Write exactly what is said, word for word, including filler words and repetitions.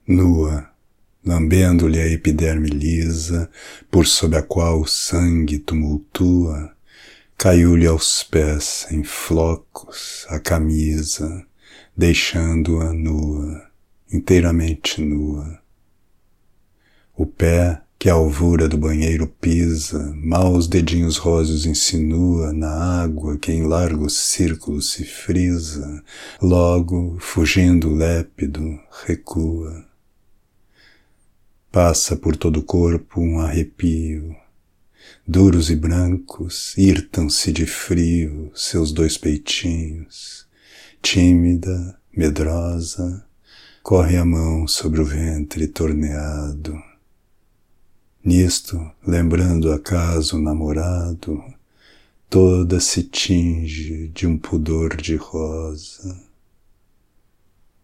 nua, lambendo-lhe a epiderme lisa, por sob a qual o sangue tumultua, caiu-lhe aos pés, em flocos, a camisa, deixando-a nua, inteiramente nua. O pé que a alvura do banheiro pisa, mal os dedinhos róseos insinua na água que em largos círculos se frisa, logo, fugindo lépido, recua. Passa por todo o corpo um arrepio, duros e brancos, irtam-se de frio seus dois peitinhos, tímida, medrosa, corre a mão sobre o ventre torneado. Nisto, lembrando acaso o namorado, toda se tinge de um pudor de rosa.